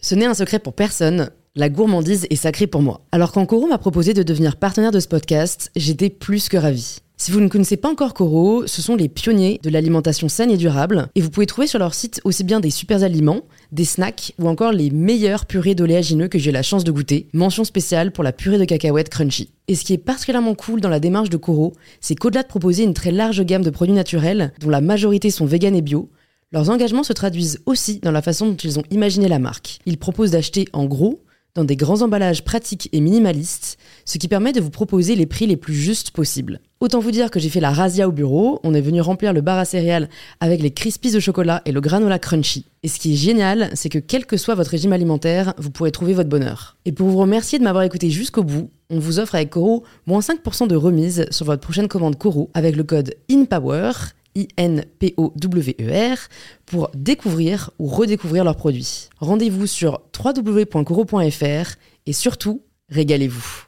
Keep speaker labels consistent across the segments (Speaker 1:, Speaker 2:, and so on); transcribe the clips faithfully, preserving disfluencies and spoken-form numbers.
Speaker 1: Ce n'est un secret pour personne, la gourmandise est sacrée pour moi. Alors quand Coro m'a proposé de devenir partenaire de ce podcast, j'étais plus que ravie. Si vous ne connaissez pas encore Coro, ce sont les pionniers de l'alimentation saine et durable, et vous pouvez trouver sur leur site aussi bien des super aliments, des snacks ou encore les meilleures purées d'oléagineux que j'ai eu la chance de goûter. Mention spéciale pour la purée de cacahuètes crunchy. Et ce qui est particulièrement cool dans la démarche de Coro, c'est qu'au-delà de proposer une très large gamme de produits naturels, dont la majorité sont véganes et bio, leurs engagements se traduisent aussi dans la façon dont ils ont imaginé la marque. Ils proposent d'acheter en gros, dans des grands emballages pratiques et minimalistes, ce qui permet de vous proposer les prix les plus justes possibles. Autant vous dire que j'ai fait la razzia au bureau, on est venu remplir le bar à céréales avec les Crispies au chocolat et le granola crunchy. Et ce qui est génial, c'est que quel que soit votre régime alimentaire, vous pourrez trouver votre bonheur. Et pour vous remercier de m'avoir écouté jusqu'au bout, on vous offre avec Coro moins cinq pour cent de remise sur votre prochaine commande Coro avec le code INPOWER, I N P O W E R, pour découvrir ou redécouvrir leurs produits. Rendez-vous sur w w w point coro point f r et surtout, régalez-vous.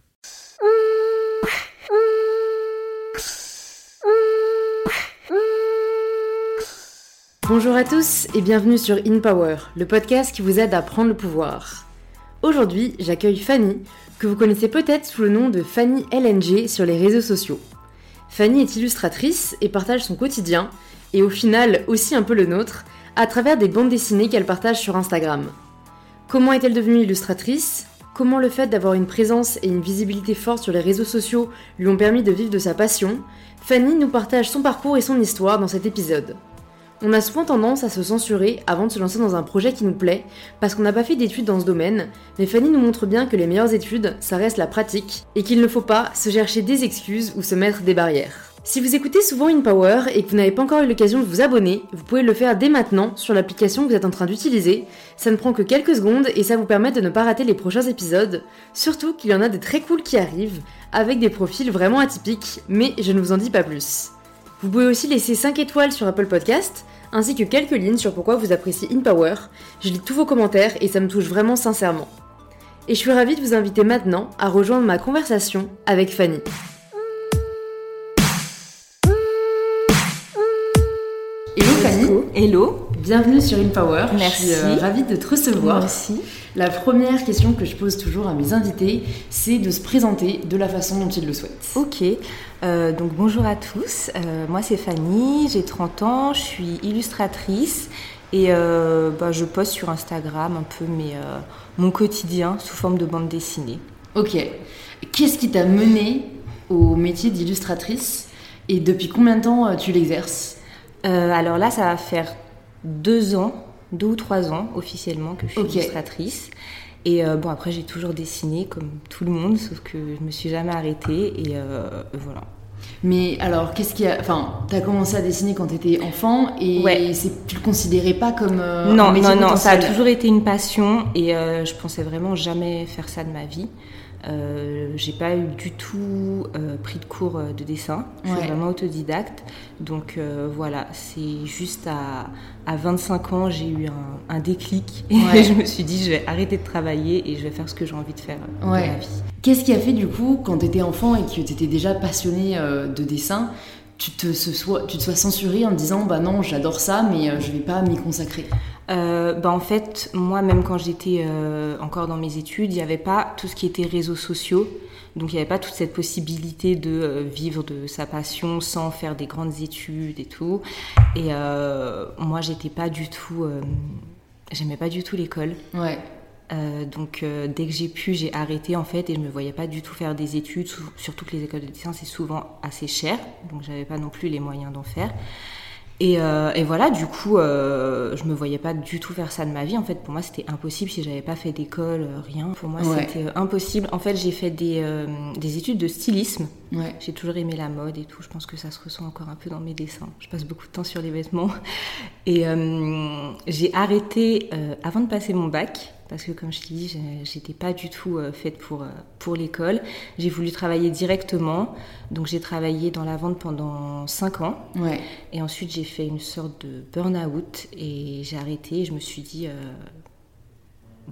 Speaker 1: Bonjour à tous et bienvenue sur InPower, le podcast qui vous aide à prendre le pouvoir. Aujourd'hui, j'accueille Fanny, que vous connaissez peut-être sous le nom de Fanny L N G sur les réseaux sociaux. Fanny est illustratrice et partage son quotidien, et au final aussi un peu le nôtre, à travers des bandes dessinées qu'elle partage sur Instagram. Comment est-elle devenue illustratrice ? Comment le fait d'avoir une présence et une visibilité forte sur les réseaux sociaux lui ont permis de vivre de sa passion ? Fanny nous partage son parcours et son histoire dans cet épisode. On a souvent tendance à se censurer avant de se lancer dans un projet qui nous plaît, parce qu'on n'a pas fait d'études dans ce domaine, mais Fanny nous montre bien que les meilleures études, ça reste la pratique, et qu'il ne faut pas se chercher des excuses ou se mettre des barrières. Si vous écoutez souvent InPower et que vous n'avez pas encore eu l'occasion de vous abonner, vous pouvez le faire dès maintenant sur l'application que vous êtes en train d'utiliser. Ça ne prend que quelques secondes et ça vous permet de ne pas rater les prochains épisodes, surtout qu'il y en a des très cool qui arrivent, avec des profils vraiment atypiques, mais je ne vous en dis pas plus. Vous pouvez aussi laisser cinq étoiles sur Apple Podcast, ainsi que quelques lignes sur pourquoi vous appréciez InPower. Je lis tous vos commentaires et ça me touche vraiment sincèrement. Et je suis ravie de vous inviter maintenant à rejoindre ma conversation avec Fanny. Hello Fanny.
Speaker 2: Hello.
Speaker 1: Bienvenue sur InPower.
Speaker 2: Merci.
Speaker 1: Je suis euh, ravie de te recevoir.
Speaker 2: Merci.
Speaker 1: La première question que je pose toujours à mes invités, c'est de se présenter de la façon dont ils le souhaitent.
Speaker 2: Ok, euh, donc bonjour à tous, euh, moi c'est Fanny, j'ai trente ans, je suis illustratrice et euh, bah, je poste sur Instagram un peu mes, euh, mon quotidien sous forme de bande dessinée.
Speaker 1: Ok, qu'est-ce qui t'a mené au métier d'illustratrice et depuis combien de temps tu l'exerces ?
Speaker 2: euh, Alors là ça va faire deux ans. deux ou trois ans officiellement que je suis
Speaker 1: okay.
Speaker 2: illustratrice. Et euh, bon, après, j'ai toujours dessiné comme tout le monde, sauf que je me suis jamais arrêtée et euh, voilà.
Speaker 1: Mais alors, qu'est-ce qui a... Enfin, t'as commencé à dessiner quand t'étais enfant et
Speaker 2: ouais.
Speaker 1: c'est... tu le considérais pas comme euh,
Speaker 2: non,
Speaker 1: un métier
Speaker 2: Non, non, ça a
Speaker 1: potentiel.
Speaker 2: toujours été une passion et euh, je pensais vraiment jamais faire ça de ma vie. Euh, j'ai pas eu du tout euh, pris de cours de dessin, je suis
Speaker 1: ouais.
Speaker 2: vraiment autodidacte, donc euh, voilà, c'est juste à, à vingt-cinq ans j'ai eu un, un déclic et
Speaker 1: ouais.
Speaker 2: je me suis dit je vais arrêter de travailler et je vais faire ce que j'ai envie de faire
Speaker 1: ouais.
Speaker 2: de ma vie.
Speaker 1: Qu'est-ce qui a fait du coup quand t'étais enfant et que t'étais déjà passionnée euh, de dessin, tu te, se sois, tu te sois censurée en te disant bah non j'adore ça mais euh, je vais pas m'y consacrer?
Speaker 2: Euh, bah en fait, moi, même quand j'étais euh, encore dans mes études, il n'y avait pas tout ce qui était réseaux sociaux. Donc, il n'y avait pas toute cette possibilité de euh, vivre de sa passion sans faire des grandes études et tout. Et euh, moi, j'étais pas du tout... Euh, j'aimais pas du tout l'école.
Speaker 1: Ouais.
Speaker 2: Euh, donc, euh, dès que j'ai pu, j'ai arrêté, en fait, et je me voyais pas du tout faire des études. Surtout que les écoles de dessin, c'est souvent assez cher. Donc, j'avais pas non plus les moyens d'en faire. Et, euh, et voilà, du coup, euh, je me voyais pas du tout faire ça de ma vie. En fait, pour moi, c'était impossible si j'avais pas fait d'école, euh, rien. Pour moi,
Speaker 1: ouais.
Speaker 2: c'était impossible. En fait, j'ai fait des, euh, des études de stylisme.
Speaker 1: Ouais.
Speaker 2: J'ai toujours aimé la mode et tout. Je pense que ça se ressent encore un peu dans mes dessins. Je passe beaucoup de temps sur les vêtements. Et euh, j'ai arrêté euh, avant de passer mon bac. Parce que, comme je t'ai dit, j'étais pas du tout euh, faite pour, euh, pour l'école. J'ai voulu travailler directement. Donc, j'ai travaillé dans la vente pendant cinq ans.
Speaker 1: Ouais.
Speaker 2: Et ensuite, j'ai fait une sorte de burn-out et j'ai arrêté. Et je me suis dit, euh,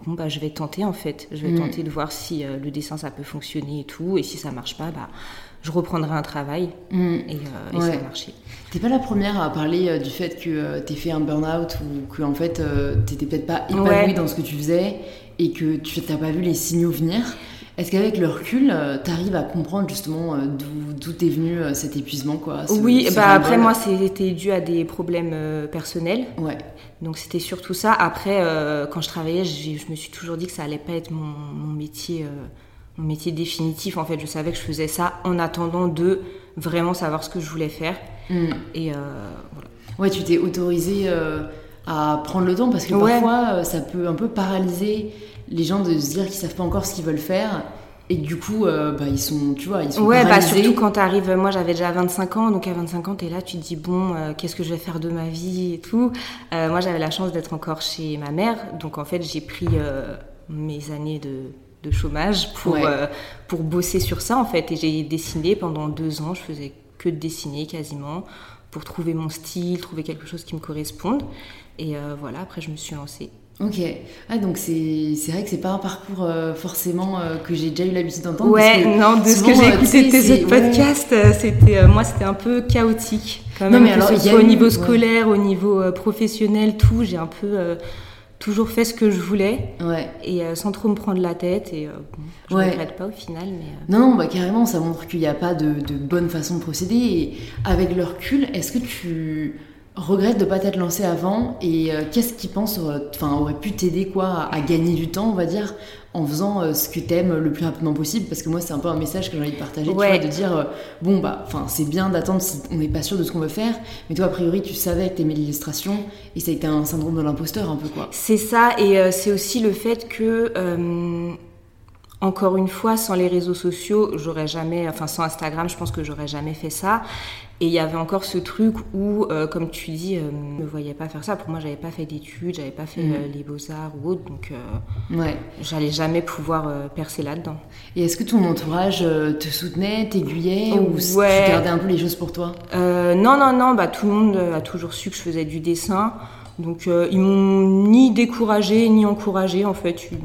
Speaker 2: bon, bah, je vais tenter en fait. Je vais mmh. tenter de voir si euh, le dessin ça peut fonctionner et tout. Et si ça marche pas, bah, je reprendrai un travail. Mmh. Et, euh, et ouais. ça a marché.
Speaker 1: T'es pas la première à parler euh, du fait que euh, t'aies fait un burn-out ou que en fait euh, t'étais peut-être pas épanouie ouais. dans ce que tu faisais et que tu t'as pas vu les signaux venir. Est-ce qu'avec le recul, euh, t'arrives à comprendre justement euh, d'où, d'où est venu euh, cet épuisement quoi, ce,
Speaker 2: Oui,
Speaker 1: ce
Speaker 2: bah après moi c'était dû à des problèmes euh, personnels.
Speaker 1: Ouais.
Speaker 2: Donc c'était surtout ça. Après, euh, quand je travaillais, je me suis toujours dit que ça allait pas être mon, mon métier, euh, mon métier définitif. En fait, je savais que je faisais ça en attendant de vraiment savoir ce que je voulais faire. Mm. Et euh, voilà.
Speaker 1: Ouais, tu t'es autorisée euh, à prendre le temps parce que ouais. parfois euh, ça peut un peu paralyser les gens de se dire qu'ils savent pas encore ce qu'ils veulent faire. Et du coup, euh, bah, ils sont, tu vois, ils sont
Speaker 2: ouais,
Speaker 1: paralysés.
Speaker 2: Bah, surtout quand t'arrives, moi j'avais déjà vingt-cinq ans, donc à vingt-cinq ans, t'es là, tu te dis, bon, euh, qu'est-ce que je vais faire de ma vie et tout. Euh, moi j'avais la chance d'être encore chez ma mère, donc en fait j'ai pris euh, mes années de, de chômage pour, ouais. euh, pour bosser sur ça en fait. Et j'ai dessiné pendant deux ans, je faisais que de dessiner quasiment, pour trouver mon style, trouver quelque chose qui me corresponde. Et euh, voilà, après je me suis lancée.
Speaker 1: Ok, ah, donc c'est, c'est vrai que c'est pas un parcours euh, forcément euh, que j'ai déjà eu l'habitude d'entendre.
Speaker 2: Ouais, parce que non, de souvent, ce que j'ai écouté de tes autres podcasts, ouais. c'était, euh, moi c'était un peu chaotique. Quand même, non, mais alors, que ce soit au niveau eu, scolaire, ouais. au niveau euh, professionnel, tout, j'ai un peu euh, toujours fait ce que je voulais
Speaker 1: ouais.
Speaker 2: et euh, sans trop me prendre la tête. Et euh, bon, je ne ouais. regrette pas au final. Mais, euh...
Speaker 1: Non, non, bah, carrément, ça montre qu'il n'y a pas de, de bonne façon de procéder. Et avec le recul, est-ce que tu regrette de ne pas t'être lancé avant et euh, qu'est-ce qui pense enfin aurait pu t'aider quoi à, à gagner du temps on va dire en faisant euh, ce que t'aimes le plus rapidement possible parce que moi c'est un peu un message que j'ai envie de partager ouais. tu vois, de dire euh, bon bah enfin c'est bien d'attendre si on n'est pas sûr de ce qu'on veut faire mais toi a priori tu savais que t'aimais l'illustration et ça a été un syndrome de l'imposteur un peu quoi.
Speaker 2: C'est ça et euh, c'est aussi le fait que euh, encore une fois sans les réseaux sociaux j'aurais jamais enfin sans Instagram je pense que j'aurais jamais fait ça. Et il y avait encore ce truc où, euh, comme tu dis, euh, je ne me voyais pas faire ça. Pour moi, j'avais pas fait d'études, j'avais pas fait mmh. euh, les beaux-arts ou autre, donc euh,
Speaker 1: ouais. j'allais
Speaker 2: jamais pouvoir euh, percer là-dedans.
Speaker 1: Et est-ce que ton entourage euh, te soutenait, t'aiguillait oh, ou ouais. tu gardais un peu les choses pour toi ?
Speaker 2: euh, Non, non, non. Bah, tout le monde a toujours su que je faisais du dessin. Donc, euh, ils m'ont ni découragée, ni encouragée, en fait. Ils,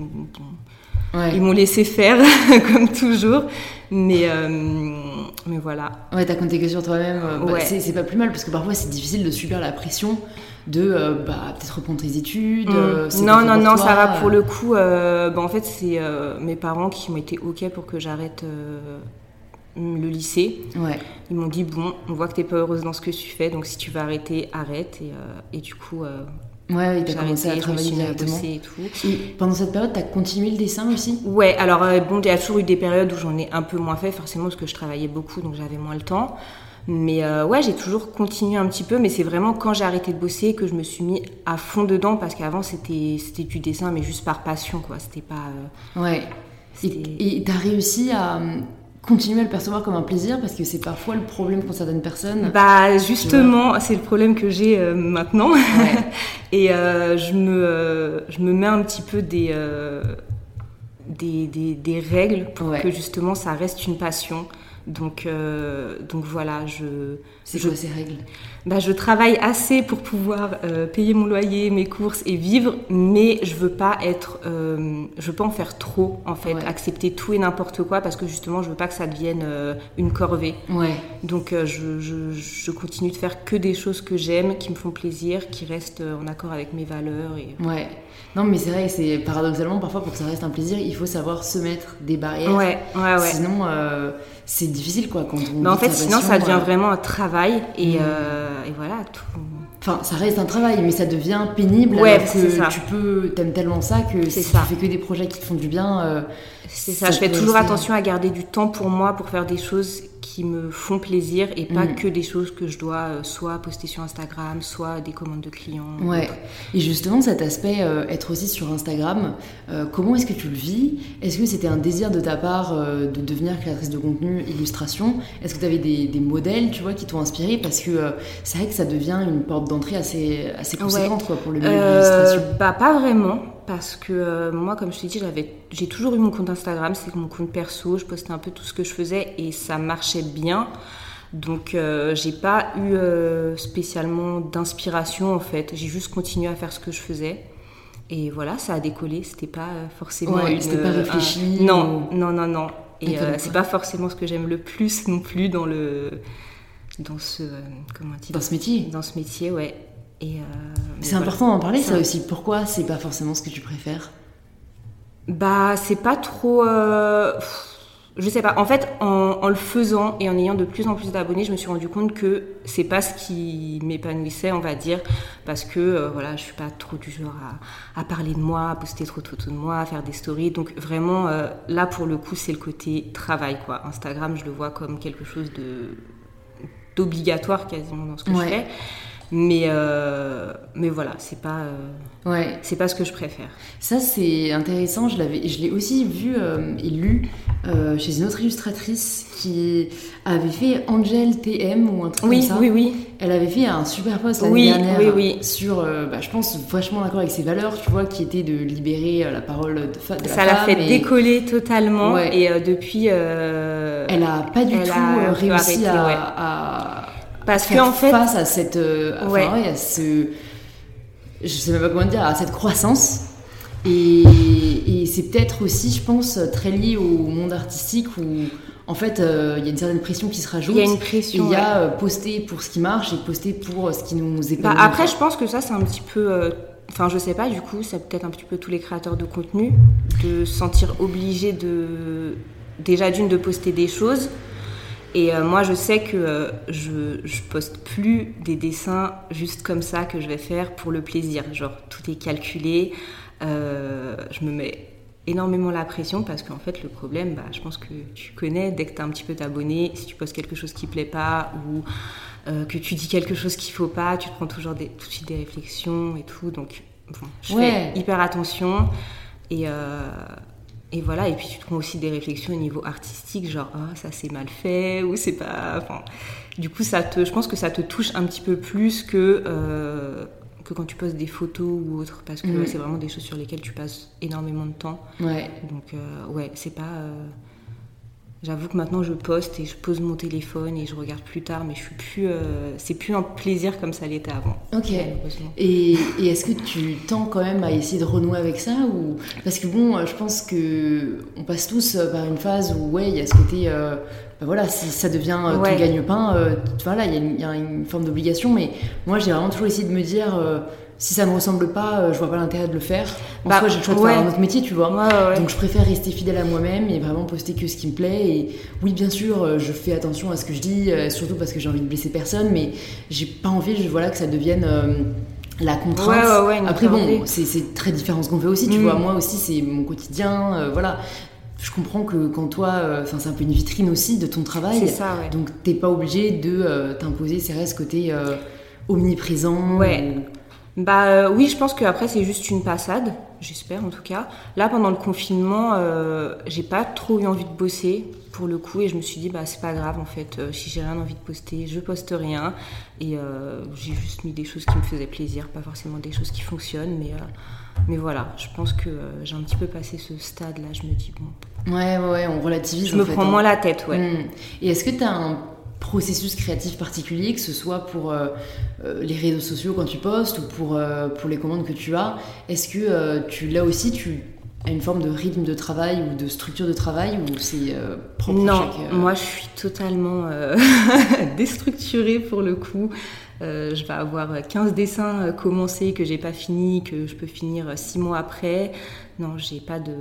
Speaker 2: bon, ouais. ils m'ont laissé faire, comme toujours. Mais, euh, mais voilà.
Speaker 1: Ouais, t'as compté que sur toi-même. Bah, ouais. c'est, c'est pas plus mal parce que parfois c'est difficile de subir la pression de euh, bah, peut-être reprendre tes études. Mmh. Euh,
Speaker 2: non, non, non, toi, ça va pour le coup. Euh, bah, en fait, c'est euh, mes parents qui ont été OK pour que j'arrête euh, le lycée. Ouais. Ils m'ont dit bon, on voit que t'es pas heureuse dans ce que tu fais, donc si tu veux arrêter, arrête. Et, euh, et du coup. Euh,
Speaker 1: Ouais, et t'as commencé à travailler directement.
Speaker 2: Et, tout.
Speaker 1: Et pendant cette période, t'as continué le dessin aussi ?
Speaker 2: Ouais, alors euh, bon, il y a toujours eu des périodes où j'en ai un peu moins fait, forcément parce que je travaillais beaucoup, donc j'avais moins le temps. Mais euh, ouais, j'ai toujours continué un petit peu, mais c'est vraiment quand j'ai arrêté de bosser que je me suis mis à fond dedans, parce qu'avant c'était c'était du dessin, mais juste par passion, quoi. C'était pas.
Speaker 1: Euh, ouais. Et, et t'as réussi à continuer à le percevoir comme un plaisir parce que c'est parfois le problème pour certaines personnes.
Speaker 2: Bah justement, c'est le problème que j'ai euh, maintenant. Ouais. Et euh, je me euh, je me mets un petit peu des euh, des, des des règles pour ouais. que justement ça reste une passion. Donc euh, donc voilà, je
Speaker 1: C'est
Speaker 2: je,
Speaker 1: quoi ces règles ?
Speaker 2: Bah je travaille assez pour pouvoir euh, payer mon loyer, mes courses et vivre, mais je veux pas être euh, je veux pas en faire trop en fait, ouais. accepter tout et n'importe quoi parce que justement je veux pas que ça devienne euh, une corvée.
Speaker 1: Ouais.
Speaker 2: Donc euh, je je je continue de faire que des choses que j'aime, qui me font plaisir, qui restent en accord avec mes valeurs et
Speaker 1: ouais. Non mais c'est vrai, c'est paradoxalement parfois pour que ça reste un plaisir, il faut savoir se mettre des barrières.
Speaker 2: Ouais, ouais, ouais.
Speaker 1: Sinon euh, c'est difficile quoi quand on.
Speaker 2: Mais en fait sinon passion, ça devient ouais. vraiment un travail et, mmh. euh, et voilà tout.
Speaker 1: Enfin, ça reste un travail, mais ça devient pénible
Speaker 2: ouais,
Speaker 1: alors que ça. tu peux, t'aimes tellement ça que c'est si ça. tu fais que des projets qui te font du bien. Euh,
Speaker 2: c'est ça. ça je fais toujours rester... attention à garder du temps pour moi, pour faire des choses qui me font plaisir et pas mmh. que des choses que je dois euh, soit poster sur Instagram, soit des commandes de clients.
Speaker 1: Ouais. Et justement, cet aspect, euh, être aussi sur Instagram, euh, comment est-ce que tu le vis ? Est-ce que c'était un désir de ta part euh, de devenir créatrice de contenu, illustration ? Est-ce que tu avais des, des modèles, tu vois, qui t'ont inspiré ? Parce que euh, c'est vrai que ça devient une porte d'entrée assez, assez conséquente ouais. quoi, pour le milieu euh, de l'illustration.
Speaker 2: Bah, pas vraiment. Parce que euh, moi, comme je t'ai dit, j'avais, j'ai toujours eu mon compte Instagram, c'est mon compte perso, je postais un peu tout ce que je faisais et ça marchait bien. Donc, euh, j'ai pas eu euh, spécialement d'inspiration en fait. J'ai juste continué à faire ce que je faisais. Et voilà, ça a décollé. C'était pas forcément
Speaker 1: ouais,
Speaker 2: une...
Speaker 1: c'était pas réfléchi
Speaker 2: un... Non, ou... non, non, non. Et euh, c'est
Speaker 1: ouais.
Speaker 2: pas forcément ce que j'aime le plus non plus dans le... Dans ce... Euh, comment dire ?
Speaker 1: Dans ce métier.
Speaker 2: Dans ce métier, ouais. Et, euh,
Speaker 1: c'est
Speaker 2: voilà.
Speaker 1: important d'en parler, ça,
Speaker 2: ça
Speaker 1: aussi. Pourquoi c'est pas forcément ce que tu préfères ?
Speaker 2: Bah, c'est pas trop... Euh... Je sais pas. En fait, en, en le faisant et en ayant de plus en plus d'abonnés, je me suis rendu compte que c'est pas ce qui m'épanouissait, on va dire, parce que euh, voilà, je suis pas trop du genre à, à parler de moi, à poster trop de photos de moi, à faire des stories. Donc vraiment, euh, là pour le coup, c'est le côté travail, quoi. Instagram, je le vois comme quelque chose de d'obligatoire quasiment dans ce que
Speaker 1: ouais.
Speaker 2: je fais. Mais, euh, mais voilà, c'est pas, euh,
Speaker 1: ouais.
Speaker 2: c'est pas ce que je préfère.
Speaker 1: Ça, c'est intéressant. Je, l'avais, je l'ai aussi vu euh, et lu euh, chez une autre illustratrice qui avait fait Angel T M ou un truc
Speaker 2: oui,
Speaker 1: comme ça.
Speaker 2: Oui, oui, oui.
Speaker 1: Elle avait fait un super post l'année
Speaker 2: oui,
Speaker 1: dernière
Speaker 2: oui, oui.
Speaker 1: sur, euh, bah, je pense, vachement d'accord avec ses valeurs, tu vois, qui était de libérer euh, la parole de, fa- de la
Speaker 2: ça
Speaker 1: femme.
Speaker 2: Ça l'a fait
Speaker 1: et...
Speaker 2: décoller totalement.
Speaker 1: Ouais.
Speaker 2: Et euh, depuis... Euh,
Speaker 1: elle a pas du
Speaker 2: elle
Speaker 1: tout
Speaker 2: a
Speaker 1: réussi
Speaker 2: arrêté,
Speaker 1: à...
Speaker 2: ouais.
Speaker 1: à...
Speaker 2: Parce
Speaker 1: faire
Speaker 2: que, en fait,
Speaker 1: face à cette, euh, enfin,
Speaker 2: ouais.
Speaker 1: Ouais, à ce, je sais même pas comment dire, à cette croissance. Et, et c'est peut-être aussi, je pense, très lié au monde artistique où, en fait, il euh, y a une certaine pression qui se rajoute.
Speaker 2: Il y a une pression.
Speaker 1: Et il y a
Speaker 2: ouais.
Speaker 1: euh, poster pour ce qui marche et poster pour ce qui nous épanouit.
Speaker 2: Bah, après, je pense que ça, c'est un petit peu. Euh, Enfin, je sais pas, du coup, c'est peut-être un petit peu tous les créateurs de contenu de se sentir obligés de. Déjà, d'une, de poster des choses. Et euh, moi, je sais que euh, je, je poste plus des dessins juste comme ça que je vais faire pour le plaisir. Genre, tout est calculé. Euh, je me mets énormément la pression parce qu'en fait, le problème, bah, je pense que tu connais, dès que tu as un petit peu t'abonné, si tu postes quelque chose qui plaît pas ou euh, que tu dis quelque chose qu'il faut pas, tu te prends toujours des, tout de suite des réflexions et tout. Donc, bon, je
Speaker 1: ouais.
Speaker 2: fais hyper attention. Et... Euh, Et voilà, et puis tu te prends aussi des réflexions au niveau artistique, genre « Ah, ça c'est mal fait » ou « c'est pas... » Enfin, du coup, ça te, je pense que ça te touche un petit peu plus que, euh, que quand tu postes des photos ou autre, parce que mmh. c'est vraiment des choses sur lesquelles tu passes énormément de temps.
Speaker 1: Ouais.
Speaker 2: Donc, euh, ouais, c'est pas... Euh... J'avoue que maintenant, je poste et je pose mon téléphone et je regarde plus tard, mais je suis plus... Euh... c'est plus un plaisir comme ça l'était avant.
Speaker 1: Ok. Et, et est-ce que tu tends quand même à essayer de renouer avec ça ou... Parce que bon, je pense qu'on passe tous par une phase où, ouais, il y a ce côté... Euh... Ben voilà, si ça devient euh,
Speaker 2: ouais.
Speaker 1: ton gagne-pain, euh, voilà, il y, y a une forme d'obligation, mais moi, j'ai vraiment toujours essayé de me dire... Euh, si ça me ressemble pas, euh, je vois pas l'intérêt de le faire. En bah, soi, j'ai le choix de
Speaker 2: ouais.
Speaker 1: faire un autre métier, tu vois.
Speaker 2: Ouais, ouais.
Speaker 1: Donc, je préfère rester fidèle à moi-même et vraiment poster que ce qui me plaît. Et oui, bien sûr, euh, je fais attention à ce que je dis, euh, surtout parce que j'ai envie de blesser personne, mais j'ai pas envie, je, voilà, que ça devienne euh, la contrainte.
Speaker 2: Ouais, ouais, ouais,
Speaker 1: Après, bon, c'est, c'est très différent ce qu'on fait aussi, tu mmh. vois. Moi aussi, c'est mon quotidien, euh, voilà. Je comprends que quand toi, euh, c'est un peu une vitrine aussi de ton travail.
Speaker 2: C'est ça, ouais.
Speaker 1: Donc, t'es pas obligé de euh, t'imposer, c'est vrai, ce côté euh, omniprésent.
Speaker 2: Ouais.
Speaker 1: Ou...
Speaker 2: Bah euh, oui, je pense qu'après c'est juste une passade, j'espère en tout cas. Là pendant le confinement, euh, j'ai pas trop eu envie de bosser pour le coup et je me suis dit bah c'est pas grave en fait, euh, si j'ai rien envie de poster, je poste rien et euh, j'ai juste mis des choses qui me faisaient plaisir, pas forcément des choses qui fonctionnent, mais euh, mais voilà, je pense que euh, j'ai un petit peu passé ce stade là, je me dis bon.
Speaker 1: Ouais ouais ouais, on relativise.
Speaker 2: Je me
Speaker 1: fait,
Speaker 2: prends
Speaker 1: hein.
Speaker 2: moins la tête, ouais.
Speaker 1: Mmh. Et est-ce que t'as un processus créatif particulier, que ce soit pour euh, euh, les réseaux sociaux quand tu postes ou pour, euh, pour les commandes que tu as, est-ce que euh, tu, là aussi tu as une forme de rythme de travail ou de structure de travail ou c'est euh, propre
Speaker 2: Non,
Speaker 1: à chaque... Euh...
Speaker 2: moi je suis totalement euh, déstructurée pour le coup. Euh, je vais avoir quinze dessins commencés que j'ai pas fini, que je peux finir six mois après. Non, j'ai pas de...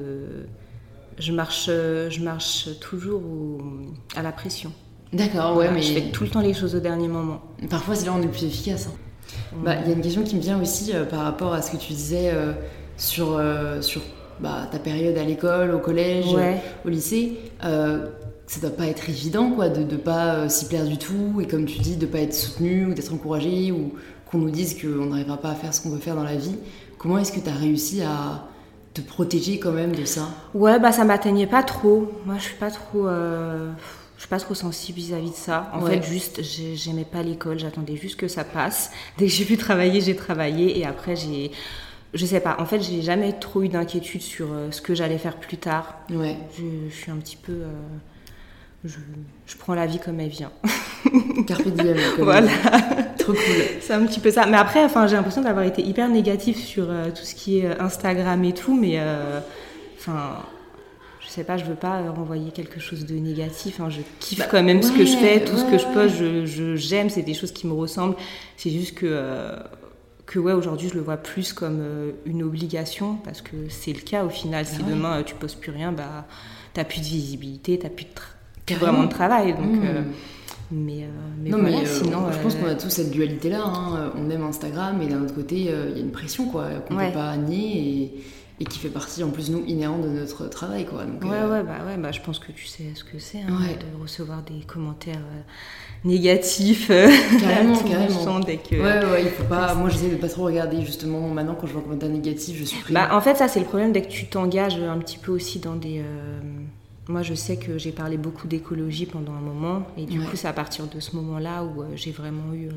Speaker 2: Je marche, je marche toujours au... à la pression.
Speaker 1: D'accord, ouais,
Speaker 2: voilà,
Speaker 1: mais...
Speaker 2: Je fais tout le temps les choses au dernier moment.
Speaker 1: Parfois, c'est là où on est le plus efficace. Hein.
Speaker 2: Mmh.
Speaker 1: Bah, y a une question qui me vient aussi euh, par rapport à ce que tu disais euh, sur, euh, sur bah, ta période à l'école, au collège,
Speaker 2: ouais.
Speaker 1: euh, au lycée. Euh, ça doit pas être évident, quoi, de ne pas euh, s'y plaire du tout. Et comme tu dis, de pas être soutenu ou d'être encouragé ou qu'on nous dise qu'on n'arrivera pas à faire ce qu'on veut faire dans la vie. Comment est-ce que tu as réussi à te protéger quand même de ça ?
Speaker 2: Ouais, bah ça m'atteignait pas trop. Moi, je suis pas trop... Euh... Je suis pas trop sensible vis-à-vis de ça. En ouais. fait, juste, j'aimais pas l'école. J'attendais juste que ça passe. Dès que j'ai pu travailler, j'ai travaillé. Et après, j'ai... Je sais pas. En fait, j'ai jamais trop eu d'inquiétude sur euh, ce que j'allais faire plus tard.
Speaker 1: Ouais.
Speaker 2: Je, je suis un petit peu... Euh... je, je prends la vie comme elle vient.
Speaker 1: Carpe diem. Comme
Speaker 2: voilà.
Speaker 1: Trop cool.
Speaker 2: C'est un petit peu ça. Mais après, enfin, j'ai l'impression d'avoir été hyper négative sur euh, tout ce qui est Instagram et tout, mais enfin. Euh, je sais pas, je veux pas renvoyer quelque chose de négatif. Hein. Je kiffe bah, quand même ouais, ce que je fais, tout ouais, ce que je poste, je, je, j'aime, c'est des choses qui me ressemblent. C'est juste que, euh, que ouais, aujourd'hui, je le vois plus comme euh, une obligation, parce que c'est le cas au final. Si ouais. demain, euh, tu postes plus rien, bah, t'as plus de visibilité, t'as plus de tra- t'as vraiment de travail. Donc, mmh. euh, mais, euh, mais
Speaker 1: non,
Speaker 2: voilà,
Speaker 1: mais euh,
Speaker 2: sinon...
Speaker 1: Je pense qu'on a tous cette dualité-là. Hein. On aime Instagram, et d'un autre côté, il euh, y a une pression quoi, qu'on ne ouais. peut pas nier. Et... et qui fait partie en plus nous inhérent de notre travail quoi. Donc,
Speaker 2: ouais
Speaker 1: euh...
Speaker 2: ouais bah ouais bah je pense que tu sais ce que c'est hein,
Speaker 1: ouais.
Speaker 2: de recevoir des commentaires euh, négatifs euh,
Speaker 1: carrément carrément
Speaker 2: dès que
Speaker 1: ouais ouais il faut pas moi j'essaie de pas trop regarder justement maintenant quand je vois un commentaire négatif je supprime.
Speaker 2: Bah en fait ça c'est le problème dès que tu t'engages un petit peu aussi dans des euh... moi je sais que j'ai parlé beaucoup d'écologie pendant un moment et du ouais. coup c'est à partir de ce moment là où euh, j'ai vraiment eu euh,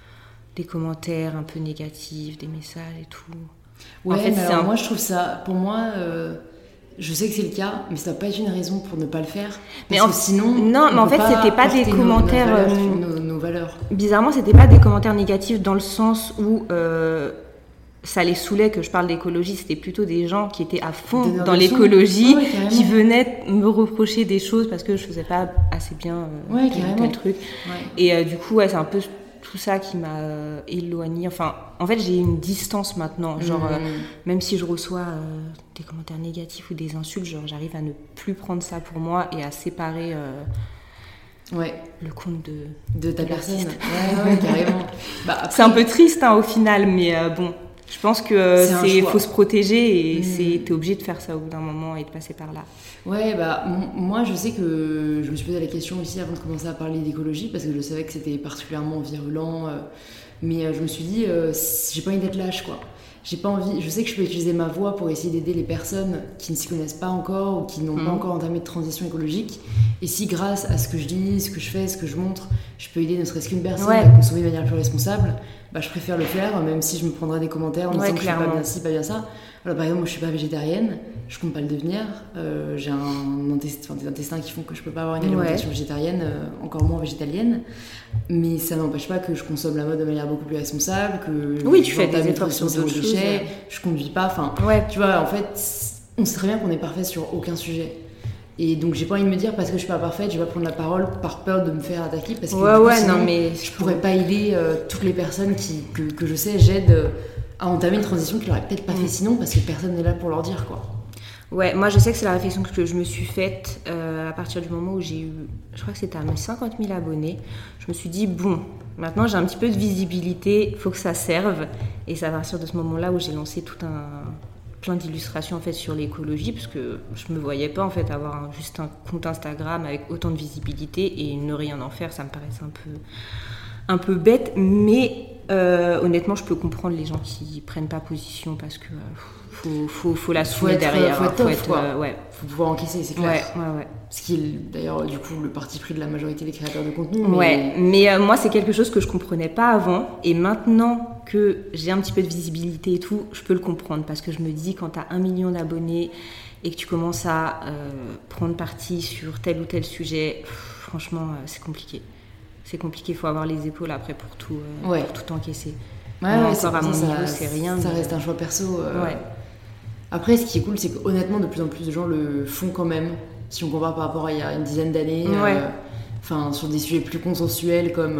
Speaker 2: des commentaires un peu négatifs, des messages et tout.
Speaker 1: Ouais, en fait, mais alors un... moi je trouve ça, pour moi, euh, je sais que c'est le cas, mais ça doit pas être une raison pour ne pas le faire. Parce
Speaker 2: mais en...
Speaker 1: que sinon,
Speaker 2: non, mais en fait, c'était pas des commentaires.
Speaker 1: Nos valeurs, euh... nos, nos valeurs.
Speaker 2: Bizarrement, c'était pas des commentaires négatifs dans le sens où euh, ça les saoulait que je parle d'écologie. C'était plutôt des gens qui étaient à fond de dans l'écologie, ouais, ouais, qui venaient me reprocher des choses parce que je faisais pas assez bien euh,
Speaker 1: ouais,
Speaker 2: tel, tel truc. Ouais. Et euh, du coup, ouais, c'est un peu tout ça qui m'a euh, éloignée. Enfin, en fait, j'ai une distance maintenant. Genre, mmh. euh, même si je reçois euh, des commentaires négatifs ou des insultes, genre, j'arrive à ne plus prendre ça pour moi et à séparer euh,
Speaker 1: ouais.
Speaker 2: le compte de,
Speaker 1: de ta de personne. Ouais, ouais, carrément. Bah, après...
Speaker 2: C'est un peu triste hein, au final, mais euh, bon, je pense que euh, c'est, c'est faut se protéger et mmh. c'est, t'es obligé de faire ça au bout d'un moment et de passer par là.
Speaker 1: Ouais, bah m- moi je sais que je me suis posé la question aussi avant de commencer à parler d'écologie parce que je savais que c'était particulièrement virulent, euh, mais euh, je me suis dit euh, j'ai pas envie d'être lâche quoi. J'ai pas envie, je sais que je peux utiliser ma voix pour essayer d'aider les personnes qui ne s'y connaissent pas encore ou qui n'ont mmh. pas encore entamé de transition écologique. Et si grâce à ce que je dis, ce que je fais, ce que je montre, je peux aider ne serait-ce qu'une personne ouais. à consommer de manière plus responsable, bah je préfère le faire, même si je me prendrai des commentaires en me disant ouais, que je suis pas bien ci, pas bien ça. Alors par exemple, moi je suis pas végétarienne, je compte pas le devenir. Euh, j'ai un intestin, des intestins qui font que je peux pas avoir une alimentation ouais. végétarienne, euh, encore moins végétalienne. Mais ça n'empêche pas que je consomme la mode de manière beaucoup plus responsable, que
Speaker 2: oui,
Speaker 1: je
Speaker 2: tu fais des efforts sur
Speaker 1: zéro
Speaker 2: d'autres
Speaker 1: déchet,
Speaker 2: choses, ouais.
Speaker 1: je conduis pas. Enfin,
Speaker 2: ouais.
Speaker 1: tu vois, en fait, on sait très bien qu'on est parfait sur aucun sujet. Et donc j'ai pas envie de me dire parce que je suis pas parfaite, je vais pas prendre la parole par peur de me faire attaquer parce que
Speaker 2: ouais,
Speaker 1: du coup,
Speaker 2: ouais,
Speaker 1: sinon,
Speaker 2: non, mais
Speaker 1: je pourrais pas aider euh, toutes les personnes qui, que, que je sais j'aide euh, à entamer une transition qu'ils n'auraient peut-être pas mmh. fait sinon parce que personne n'est là pour leur dire quoi.
Speaker 2: Ouais, moi je sais que c'est la réflexion que je me suis faite euh, à partir du moment où j'ai eu, je crois que c'était à mes cinquante mille abonnés. Je me suis dit bon, maintenant j'ai un petit peu de visibilité, faut que ça serve. Et c'est à partir de ce moment-là où j'ai lancé tout un plein d'illustrations en fait sur l'écologie parce que je me voyais pas en fait avoir un, juste un compte Instagram avec autant de visibilité et ne rien en faire, ça me paraissait un peu un peu bête, mais euh, honnêtement je peux comprendre les gens qui prennent pas position parce que euh, faut faut faut l'assumer derrière,
Speaker 1: faut être tough,
Speaker 2: faut être,
Speaker 1: quoi.
Speaker 2: Euh, ouais,
Speaker 1: faut pouvoir encaisser, c'est clair.
Speaker 2: Ouais, ouais, ouais.
Speaker 1: Ce qui est d'ailleurs du coup le parti pris de la majorité des créateurs de contenu. Mais...
Speaker 2: Ouais, mais euh, moi c'est quelque chose que je comprenais pas avant et maintenant que j'ai un petit peu de visibilité et tout, je peux le comprendre parce que je me dis quand t'as un million d'abonnés et que tu commences à euh, prendre parti sur tel ou tel sujet, pff, franchement euh, c'est compliqué. C'est compliqué, il faut avoir les épaules après pour tout, euh,
Speaker 1: ouais.
Speaker 2: pour tout encaisser.
Speaker 1: Ouais, ouais,
Speaker 2: encore
Speaker 1: c'est,
Speaker 2: à mon
Speaker 1: ça,
Speaker 2: niveau, c'est rien.
Speaker 1: Ça
Speaker 2: mais...
Speaker 1: reste un choix perso. Euh...
Speaker 2: Ouais.
Speaker 1: Après, ce qui est cool, c'est qu'honnêtement, de plus en plus de gens le font quand même. Si on compare par rapport à il y a une dizaine d'années,
Speaker 2: ouais.
Speaker 1: euh, sur des sujets plus consensuels comme,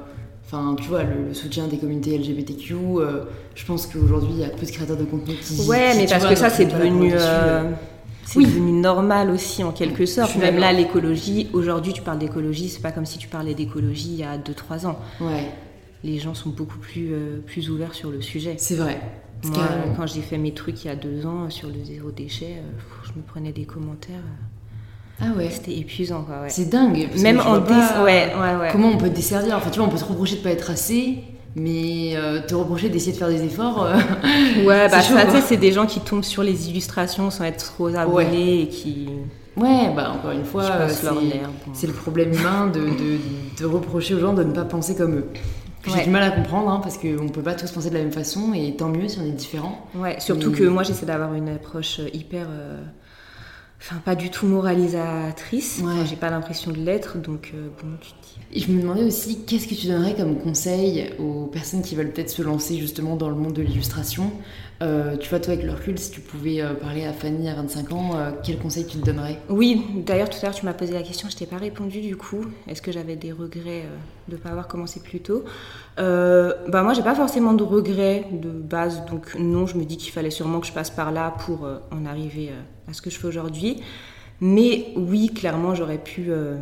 Speaker 1: euh, tu vois, le, le soutien des communautés L G B T Q. Euh, je pense qu'aujourd'hui, il y a peu de créateurs de contenu qui.
Speaker 2: Ouais,
Speaker 1: qui,
Speaker 2: mais parce
Speaker 1: vois,
Speaker 2: que ça, c'est devenu. Euh... C'est
Speaker 1: oui.
Speaker 2: devenu normal aussi en quelque sorte. Même là, l'écologie, aujourd'hui tu parles d'écologie, c'est pas comme si tu parlais d'écologie il y a deux trois ans.
Speaker 1: Ouais.
Speaker 2: Les gens sont beaucoup plus, euh, plus ouverts sur le sujet.
Speaker 1: C'est vrai.
Speaker 2: Moi, euh, quand j'ai fait mes trucs il y a deux ans sur le zéro déchet, euh, je me prenais des commentaires. Euh,
Speaker 1: ah ouais.
Speaker 2: C'était épuisant quoi. Ouais.
Speaker 1: C'est dingue.
Speaker 2: Même en dé... ouais, ouais, ouais.
Speaker 1: Comment on peut te desservir ? Enfin, tu vois, on peut te reprocher de pas être assez. Mais euh, te reprocher d'essayer de faire des efforts. Euh,
Speaker 2: ouais, bah ça, tu sais, c'est des gens qui tombent sur les illustrations sans être trop abonnés ouais. et qui.
Speaker 1: Ouais, bah encore une fois, euh, c'est,
Speaker 2: nerf, bon.
Speaker 1: c'est le problème humain de, de, de reprocher aux gens de ne pas penser comme eux. Que ouais. J'ai du mal à comprendre, hein, parce qu'on ne peut pas tous penser de la même façon, et tant mieux si on est différents.
Speaker 2: Ouais, surtout mais... que moi j'essaie d'avoir une approche hyper. Euh... Enfin, pas du tout moralisatrice.
Speaker 1: Ouais.
Speaker 2: Enfin, j'ai pas l'impression de l'être, donc euh, bon, tu te dis.
Speaker 1: Et je me demandais aussi, qu'est-ce que tu donnerais comme conseil aux personnes qui veulent peut-être se lancer justement dans le monde de l'illustration. Euh, tu vois, toi, avec le recul, si tu pouvais euh, parler à Fanny à vingt-cinq ans, euh, quel conseil tu te donnerais ?
Speaker 2: Oui, d'ailleurs, tout à l'heure, tu m'as posé la question, je t'ai pas répondu du coup. Est-ce que j'avais des regrets euh, de ne pas avoir commencé plus tôt ? euh, bah, Moi, j'ai pas forcément de regrets de base, donc non, je me dis qu'il fallait sûrement que je passe par là pour euh, en arriver euh, à ce que je fais aujourd'hui. Mais oui, clairement, j'aurais pu, euh,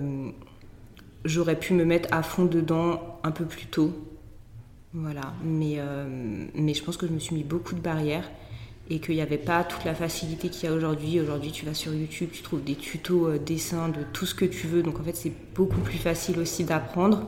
Speaker 2: j'aurais pu me mettre à fond dedans un peu plus tôt. Voilà, mais, euh, mais je pense que je me suis mis beaucoup de barrières et qu'il n'y avait pas toute la facilité qu'il y a aujourd'hui. Aujourd'hui, tu vas sur YouTube, tu trouves des tutos, euh, dessins, de tout ce que tu veux. Donc en fait, c'est beaucoup plus facile aussi d'apprendre.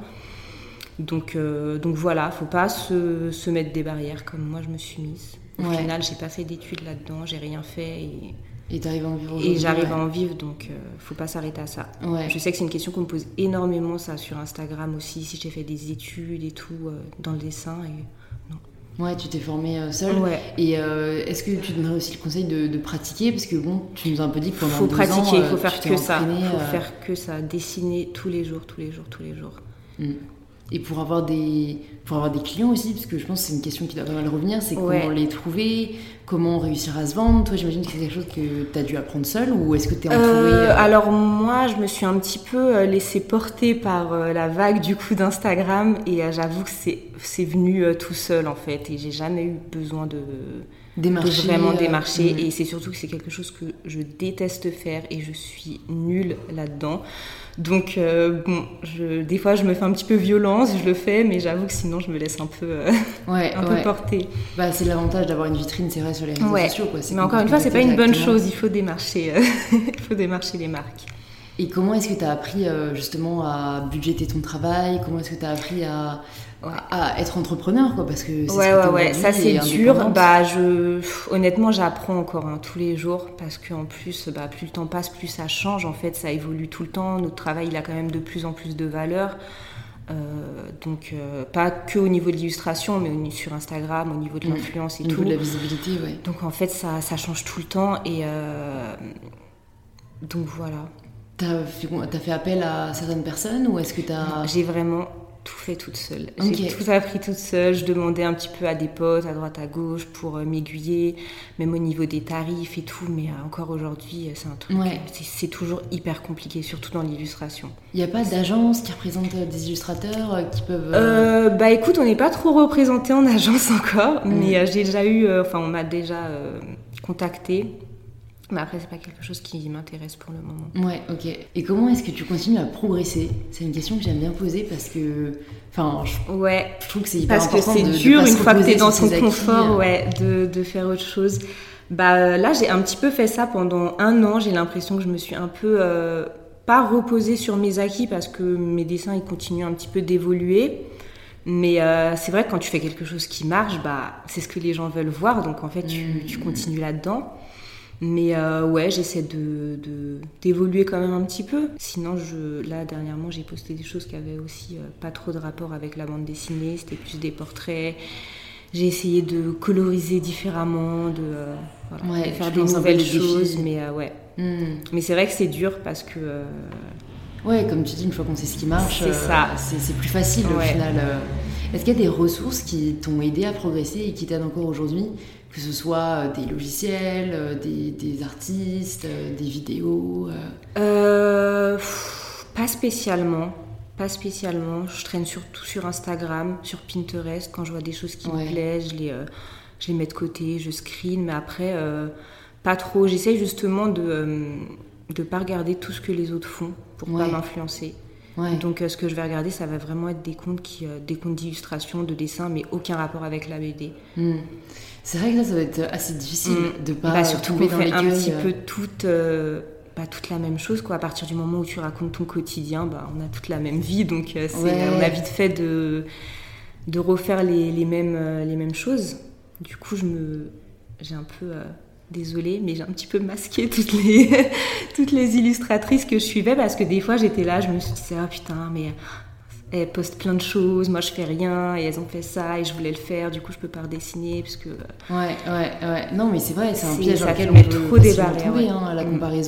Speaker 2: Donc, euh, donc voilà, il ne faut pas se, se mettre des barrières comme moi je me suis mise. Au
Speaker 1: Ouais.
Speaker 2: final, je n'ai pas fait d'études là-dedans, j'ai rien fait. Et...
Speaker 1: Et t'arrives à en vivre aujourd'hui.
Speaker 2: Et j'arrive
Speaker 1: ouais.
Speaker 2: à en vivre, donc il euh, ne faut pas s'arrêter à ça.
Speaker 1: Ouais.
Speaker 2: Je sais que c'est une question qu'on me pose énormément, ça, sur Instagram aussi, si j'ai fait des études et tout, euh, dans le dessin. Et... non.
Speaker 1: Ouais, tu t'es formée euh, seule.
Speaker 2: Ouais.
Speaker 1: Et euh, est-ce que tu donnerais aussi le conseil de, de pratiquer ? Parce que bon, tu nous as un peu dit que pendant
Speaker 2: faut
Speaker 1: deux
Speaker 2: pratiquer,
Speaker 1: ans,
Speaker 2: il faut
Speaker 1: euh,
Speaker 2: faire
Speaker 1: tu
Speaker 2: que
Speaker 1: t'es
Speaker 2: ça.
Speaker 1: entraînée,
Speaker 2: Il faut
Speaker 1: euh...
Speaker 2: faire que ça, dessiner tous les jours, tous les jours, tous les jours.
Speaker 1: Mm. Et pour avoir, des, pour avoir des clients aussi, parce que je pense que c'est une question qui doit pas mal revenir, c'est
Speaker 2: Ouais.
Speaker 1: comment les trouver, comment réussir à se vendre. Toi, j'imagine que c'est quelque chose que tu as dû apprendre seule, ou est-ce que tu es entourée
Speaker 2: Euh,
Speaker 1: euh...
Speaker 2: Alors moi, je me suis un petit peu laissée porter par euh, la vague du coup d'Instagram, et euh, j'avoue que c'est, c'est venu euh, tout seul en fait, et j'ai jamais eu besoin de,
Speaker 1: démarcher,
Speaker 2: de vraiment
Speaker 1: euh...
Speaker 2: démarcher,
Speaker 1: mmh.
Speaker 2: et c'est surtout que c'est quelque chose que je déteste faire, et je suis nulle là-dedans. Donc euh, bon, je, des fois je me fais un petit peu violence, je le fais, mais j'avoue que sinon je me laisse un peu, euh,
Speaker 1: ouais,
Speaker 2: un
Speaker 1: ouais.
Speaker 2: peu porter.
Speaker 1: Bah, c'est l'avantage d'avoir une vitrine, c'est vrai, sur les réseaux
Speaker 2: ouais.
Speaker 1: sociaux. Quoi. C'est
Speaker 2: mais encore une fois, c'est pas une bonne
Speaker 1: directement.
Speaker 2: chose, il faut démarcher, euh, il faut démarcher les marques.
Speaker 1: Et comment est-ce que tu as appris euh, justement à budgéter ton travail ? Comment est-ce que tu as appris à,
Speaker 2: ouais.
Speaker 1: à être entrepreneur quoi ? Parce que c'est
Speaker 2: ouais,
Speaker 1: ce que
Speaker 2: ouais, ouais, ça c'est dur. Bah, je, honnêtement, j'apprends encore hein, tous les jours parce qu'en plus, bah, plus le temps passe, plus ça change. En fait, ça évolue tout le temps. Notre travail, il a quand même de plus en plus de valeur. Euh, donc, euh, pas que au niveau de l'illustration, mais au, sur Instagram, au niveau de l'influence
Speaker 1: mmh.
Speaker 2: et
Speaker 1: au
Speaker 2: tout.
Speaker 1: Au niveau de la visibilité, ouais.
Speaker 2: Donc, en fait, ça, ça change tout le temps. Et euh, donc, voilà.
Speaker 1: T'as fait, t'as fait appel à certaines personnes ou est-ce que t'as...
Speaker 2: J'ai vraiment tout fait toute seule.
Speaker 1: Okay.
Speaker 2: J'ai tout appris toute seule. Je demandais un petit peu à des potes, à droite, à gauche, pour euh, m'aiguiller, même au niveau des tarifs et tout. Mais euh, encore aujourd'hui, c'est un truc...
Speaker 1: Ouais.
Speaker 2: C'est, c'est toujours hyper compliqué, surtout dans l'illustration.
Speaker 1: Il n'y a pas d'agence qui représente des illustrateurs euh, qui peuvent...
Speaker 2: Euh, bah écoute, on n'est pas trop représenté en agence encore, mmh. mais euh, j'ai déjà eu... Euh, enfin, on m'a déjà euh, contacté. Mais après, c'est pas quelque chose qui m'intéresse pour le moment.
Speaker 1: Ouais, ok. Et comment est-ce que tu continues à progresser ? C'est une question que j'aime bien poser parce que... Enfin, je,
Speaker 2: ouais,
Speaker 1: je trouve que c'est hyper
Speaker 2: parce
Speaker 1: important
Speaker 2: que c'est
Speaker 1: de,
Speaker 2: dur
Speaker 1: de
Speaker 2: une fois que t'es dans ton
Speaker 1: acquis,
Speaker 2: confort,
Speaker 1: euh...
Speaker 2: ouais, de, de faire autre chose. Bah là, j'ai un petit peu fait ça pendant un an. J'ai l'impression que je me suis un peu... Euh, pas reposée sur mes acquis parce que mes dessins, ils continuent un petit peu d'évoluer. Mais euh, c'est vrai que quand tu fais quelque chose qui marche, bah, c'est ce que les gens veulent voir. Donc en fait, tu, mmh. tu continues là-dedans. Mais euh, ouais, j'essaie de, de, d'évoluer quand même un petit peu. Sinon, je, là, dernièrement, j'ai posté des choses qui avaient aussi euh, pas trop de rapport avec la bande dessinée. C'était plus des portraits. J'ai essayé de coloriser différemment, de, euh, voilà,
Speaker 1: ouais,
Speaker 2: de faire des nouvelles choses. Mais euh, ouais.
Speaker 1: Mm.
Speaker 2: Mais c'est vrai que c'est dur parce que... Euh,
Speaker 1: ouais, comme tu dis, une fois qu'on sait ce qui marche,
Speaker 2: c'est, ça.
Speaker 1: Euh, c'est, c'est plus facile
Speaker 2: ouais.
Speaker 1: au final. Est-ce qu'il y a des ressources qui t'ont aidé à progresser et qui t'aident encore aujourd'hui ? Que ce soit des logiciels, des, des artistes, des vidéos
Speaker 2: euh, pff, Pas spécialement. Pas spécialement. Je traîne surtout sur Instagram, sur Pinterest. Quand je vois des choses qui ouais. me plaisent, je les, euh, je les mets de côté, je screen. Mais après, euh, pas trop. J'essaye justement de ne euh, pas regarder tout ce que les autres font pour ne ouais. pas m'influencer. Ouais. Donc, euh, ce que je vais regarder, ça va vraiment être des comptes, qui, euh, des comptes d'illustration, de dessin, mais aucun rapport avec la B D.
Speaker 1: Mm. C'est vrai que ça, ça va être assez difficile mmh. de pas
Speaker 2: bah, surtout
Speaker 1: tomber
Speaker 2: qu'on
Speaker 1: dans
Speaker 2: fait un petit
Speaker 1: euh...
Speaker 2: peu toute, euh, bah, toute la même chose, quoi. À partir du moment où tu racontes ton quotidien, bah, on a toute la même vie, donc euh, c'est, ouais. on a vite fait de, de refaire les, les, mêmes, euh, les mêmes choses. Du coup, je me, j'ai un peu... Euh, désolée, mais j'ai un petit peu masqué toutes les, toutes les illustratrices que je suivais, parce que des fois, j'étais là, je me suis dit, ah putain, mais... elles postent plein de choses, moi je fais rien, et elles ont fait ça, et je voulais le faire, du coup je peux pas redessiner, parce que...
Speaker 1: Ouais, ouais, ouais, non mais c'est vrai, c'est un
Speaker 2: c'est,
Speaker 1: piège dans
Speaker 2: ça
Speaker 1: lequel
Speaker 2: met
Speaker 1: on peut
Speaker 2: trop des barrières,
Speaker 1: tomber,
Speaker 2: ouais.
Speaker 1: hein, à la comparaison.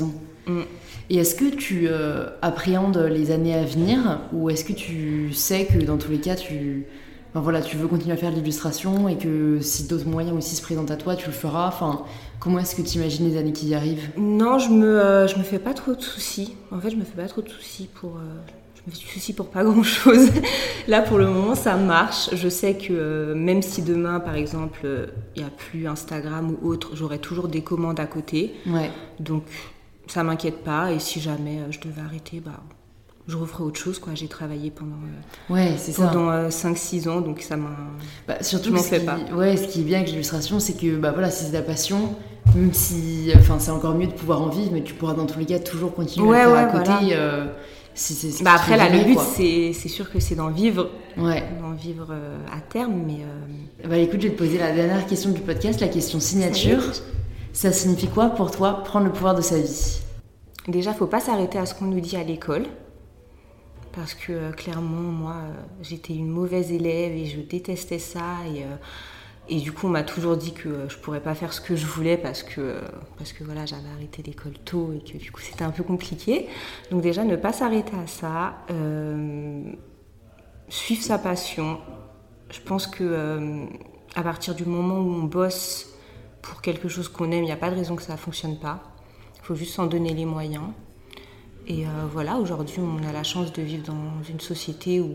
Speaker 1: Mmh. Et est-ce que tu euh, appréhendes les années à venir ou est-ce que tu sais que dans tous les cas, tu, enfin, voilà, tu veux continuer à faire de l'illustration et que si d'autres moyens aussi se présentent à toi, tu le feras. Enfin, comment est-ce que tu imagines les années qui arrivent ?
Speaker 2: Non, je me, euh, je me fais pas trop de soucis. En fait, je me fais pas trop de soucis pour... Euh... Je me fais du souci pour pas grand-chose. Là, pour le moment, ça marche. Je sais que euh, même si demain, par exemple, il euh, n'y a plus Instagram ou autre, j'aurai toujours des commandes à côté.
Speaker 1: Ouais.
Speaker 2: Donc, ça m'inquiète pas. Et si jamais euh, je devais arrêter, bah, je referai autre chose, quoi. J'ai travaillé pendant, euh,
Speaker 1: ouais, c'est
Speaker 2: pendant
Speaker 1: ça.
Speaker 2: euh, cinq six ans, donc ça m'a...
Speaker 1: Bah, surtout
Speaker 2: je m'en
Speaker 1: ce
Speaker 2: fais
Speaker 1: qui,
Speaker 2: pas.
Speaker 1: Ouais, ce qui est bien avec l'illustration, c'est que bah, voilà, si c'est ta passion, même si... Enfin, c'est encore mieux de pouvoir en vivre, mais tu pourras dans tous les cas toujours continuer
Speaker 2: ouais,
Speaker 1: à le faire
Speaker 2: ouais,
Speaker 1: à côté.
Speaker 2: Voilà.
Speaker 1: Euh, si c'est ce
Speaker 2: bah après, là,
Speaker 1: aimer,
Speaker 2: le but,
Speaker 1: quoi.
Speaker 2: c'est, c'est sûr que c'est d'en vivre.
Speaker 1: Ouais.
Speaker 2: D'en vivre euh, à terme, mais... Euh...
Speaker 1: Bah écoute, je vais te poser la dernière question du podcast, la question signature. Ça, ça signifie quoi pour toi, prendre le pouvoir de sa vie ?
Speaker 2: Déjà, faut pas s'arrêter à ce qu'on nous dit à l'école. Parce que euh, clairement, moi, euh, j'étais une mauvaise élève et je détestais ça. Et, euh, et du coup, on m'a toujours dit que euh, je pourrais pas faire ce que je voulais parce que, euh, parce que voilà, j'avais arrêté l'école tôt et que du coup, c'était un peu compliqué. Donc déjà, ne pas s'arrêter à ça. Euh, suivre sa passion. Je pense que euh, à partir du moment où on bosse pour quelque chose qu'on aime, il n'y a pas de raison que ça ne fonctionne pas. Il faut juste s'en donner les moyens. Et euh, voilà, aujourd'hui, on a la chance de vivre dans une société où,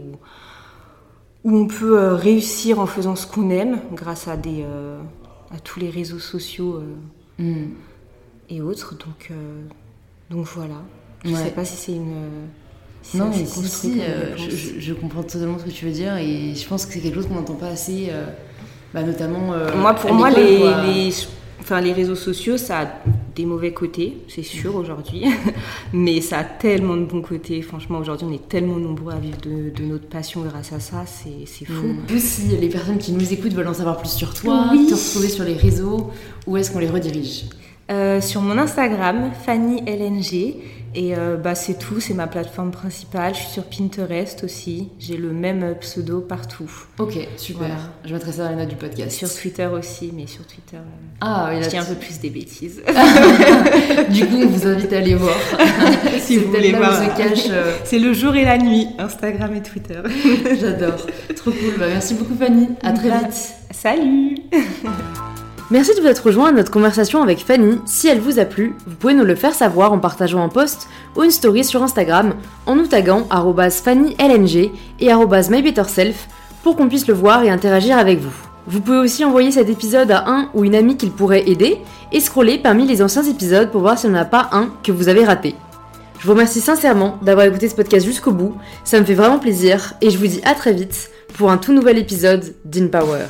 Speaker 2: où on peut euh, réussir en faisant ce qu'on aime, grâce à, des, euh, à tous les réseaux sociaux euh, mm. et autres. Donc, euh, donc voilà. Je ne ouais. sais pas si c'est une... Si
Speaker 1: non, mais si, si euh, je, je comprends totalement ce que tu veux dire. Et je pense que c'est quelque chose qu'on n'entend pas assez, euh, bah, notamment euh,
Speaker 2: moi, pour moi, les, les, enfin, les réseaux sociaux, ça a des mauvais côtés, c'est sûr, aujourd'hui. Mais ça a tellement de bons côtés. Franchement, aujourd'hui, on est tellement nombreux à vivre de, de notre passion grâce à ça. C'est, c'est fou.
Speaker 1: Mmh. Si les personnes qui nous écoutent veulent en savoir plus sur toi,
Speaker 2: oui.
Speaker 1: te retrouver sur les réseaux, où est-ce qu'on les redirige ?
Speaker 2: euh, Sur mon Instagram, Fanny L N G. Et euh, bah, c'est tout, c'est ma plateforme principale. Je suis sur Pinterest aussi. J'ai le même pseudo partout.
Speaker 1: Ok, super. Voilà. Je mettrai ça dans les notes du podcast.
Speaker 2: Sur Twitter aussi, mais sur Twitter, euh,
Speaker 1: ah, oui,
Speaker 2: je dis un peu plus des bêtises.
Speaker 1: Du coup, on vous invite à aller voir.
Speaker 2: Si c'est vous voulez voir.
Speaker 1: Se cache, euh...
Speaker 2: C'est le jour et la nuit, Instagram et Twitter.
Speaker 1: J'adore. Trop cool. Bah, merci beaucoup, Fanny. À très bah, vite.
Speaker 2: Salut.
Speaker 1: Merci de vous être rejoint à notre conversation avec Fanny. Si elle vous a plu, vous pouvez nous le faire savoir en partageant un post ou une story sur Instagram en nous taguant arobase fanny l n g et arobase my better self pour qu'on puisse le voir et interagir avec vous. Vous pouvez aussi envoyer cet épisode à un ou une amie qu'il pourrait aider et scroller parmi les anciens épisodes pour voir s'il n'y en a pas un que vous avez raté. Je vous remercie sincèrement d'avoir écouté ce podcast jusqu'au bout, ça me fait vraiment plaisir et je vous dis à très vite pour un tout nouvel épisode d'InPower.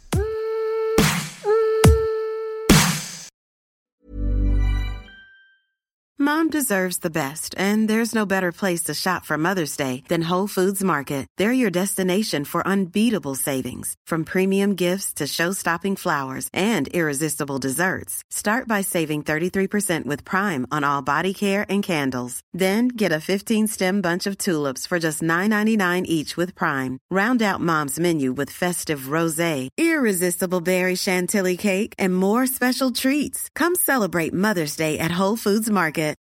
Speaker 3: Mom deserves the best, and there's no better place to shop for Mother's Day than Whole Foods Market. They're your destination for unbeatable savings, from premium gifts to show-stopping flowers and irresistible desserts. Start by saving thirty-three percent with Prime on all body care and candles. Then get a fifteen-stem bunch of tulips for just nine ninety-nine each with Prime. Round out Mom's menu with festive rosé, irresistible berry chantilly cake, and more special treats. Come celebrate Mother's Day at Whole Foods Market.